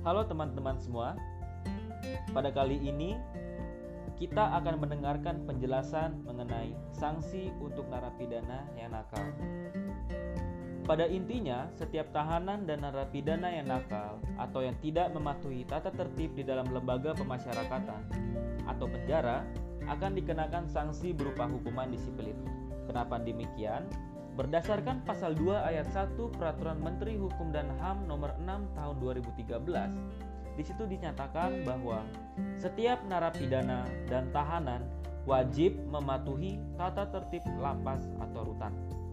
Halo teman-teman semua, pada kali ini kita akan mendengarkan penjelasan mengenai sanksi untuk narapidana yang nakal. Pada intinya, setiap tahanan dan narapidana yang nakal atau yang tidak mematuhi tata tertib di dalam lembaga pemasyarakatan atau penjara akan dikenakan sanksi berupa hukuman disiplin. Kenapa demikian? Berdasarkan pasal 2 ayat 1 Peraturan Menteri Hukum dan HAM nomor 6 tahun 2013, di situ dinyatakan bahwa setiap narapidana dan tahanan wajib mematuhi tata tertib lapas atau rutan.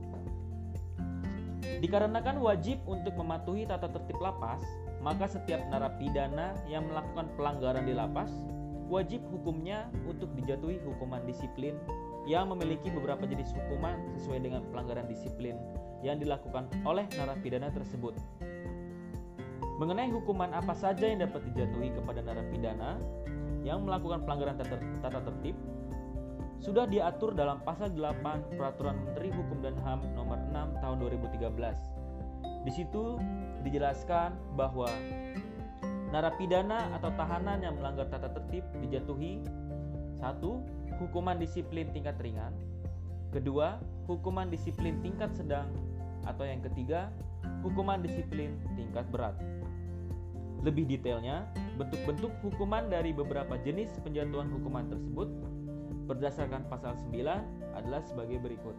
Dikarenakan wajib untuk mematuhi tata tertib lapas, maka setiap narapidana yang melakukan pelanggaran di lapas wajib hukumnya untuk dijatuhi hukuman disiplin yang memiliki beberapa jenis hukuman sesuai dengan pelanggaran disiplin yang dilakukan oleh narapidana tersebut. Mengenai hukuman apa saja yang dapat dijatuhi kepada narapidana yang melakukan pelanggaran tata tertib sudah diatur dalam pasal 8 Peraturan Menteri Hukum dan HAM nomor 6 tahun 2013. Di situ dijelaskan bahwa narapidana atau tahanan yang melanggar tata tertib dijatuhi 1. Hukuman disiplin tingkat ringan. 2. Hukuman disiplin tingkat sedang. Atau yang ketiga, hukuman disiplin tingkat berat. Lebih detailnya, bentuk-bentuk hukuman dari beberapa jenis penjatuhan hukuman tersebut berdasarkan pasal 9 adalah sebagai berikut.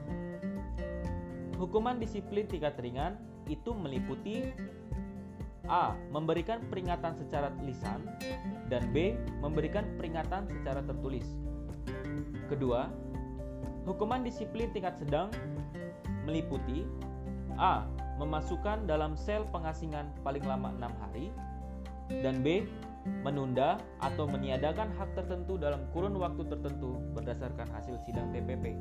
Hukuman disiplin tingkat ringan itu meliputi A. Memberikan peringatan secara lisan, dan B. Memberikan peringatan secara tertulis. Kedua, hukuman disiplin tingkat sedang meliputi A. Memasukkan dalam sel pengasingan paling lama 6 hari, dan B. Menunda atau meniadakan hak tertentu dalam kurun waktu tertentu berdasarkan hasil sidang TPP.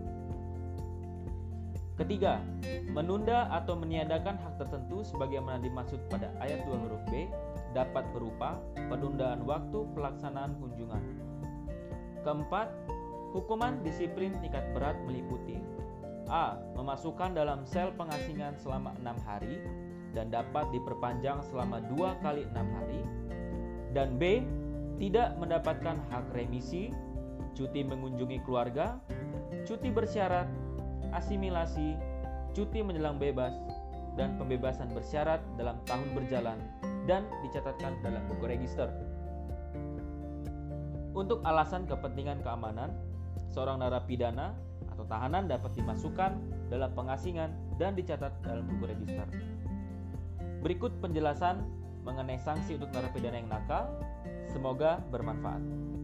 Ketiga, menunda atau meniadakan hak tertentu sebagaimana dimaksud pada ayat 2 huruf B dapat berupa penundaan waktu pelaksanaan kunjungan. Keempat, hukuman disiplin tingkat berat meliputi A. Memasukkan dalam sel pengasingan selama 6 hari dan dapat diperpanjang selama 2 kali 6 hari, dan B. Tidak mendapatkan hak remisi, cuti mengunjungi keluarga, cuti bersyarat, asimilasi, cuti menjelang bebas, dan pembebasan bersyarat dalam tahun berjalan dan dicatatkan dalam buku register. Untuk alasan kepentingan keamanan, seorang narapidana atau tahanan dapat dimasukkan dalam pengasingan dan dicatat dalam buku register. Berikut penjelasan mengenai sanksi untuk narapidana yang nakal. Semoga bermanfaat.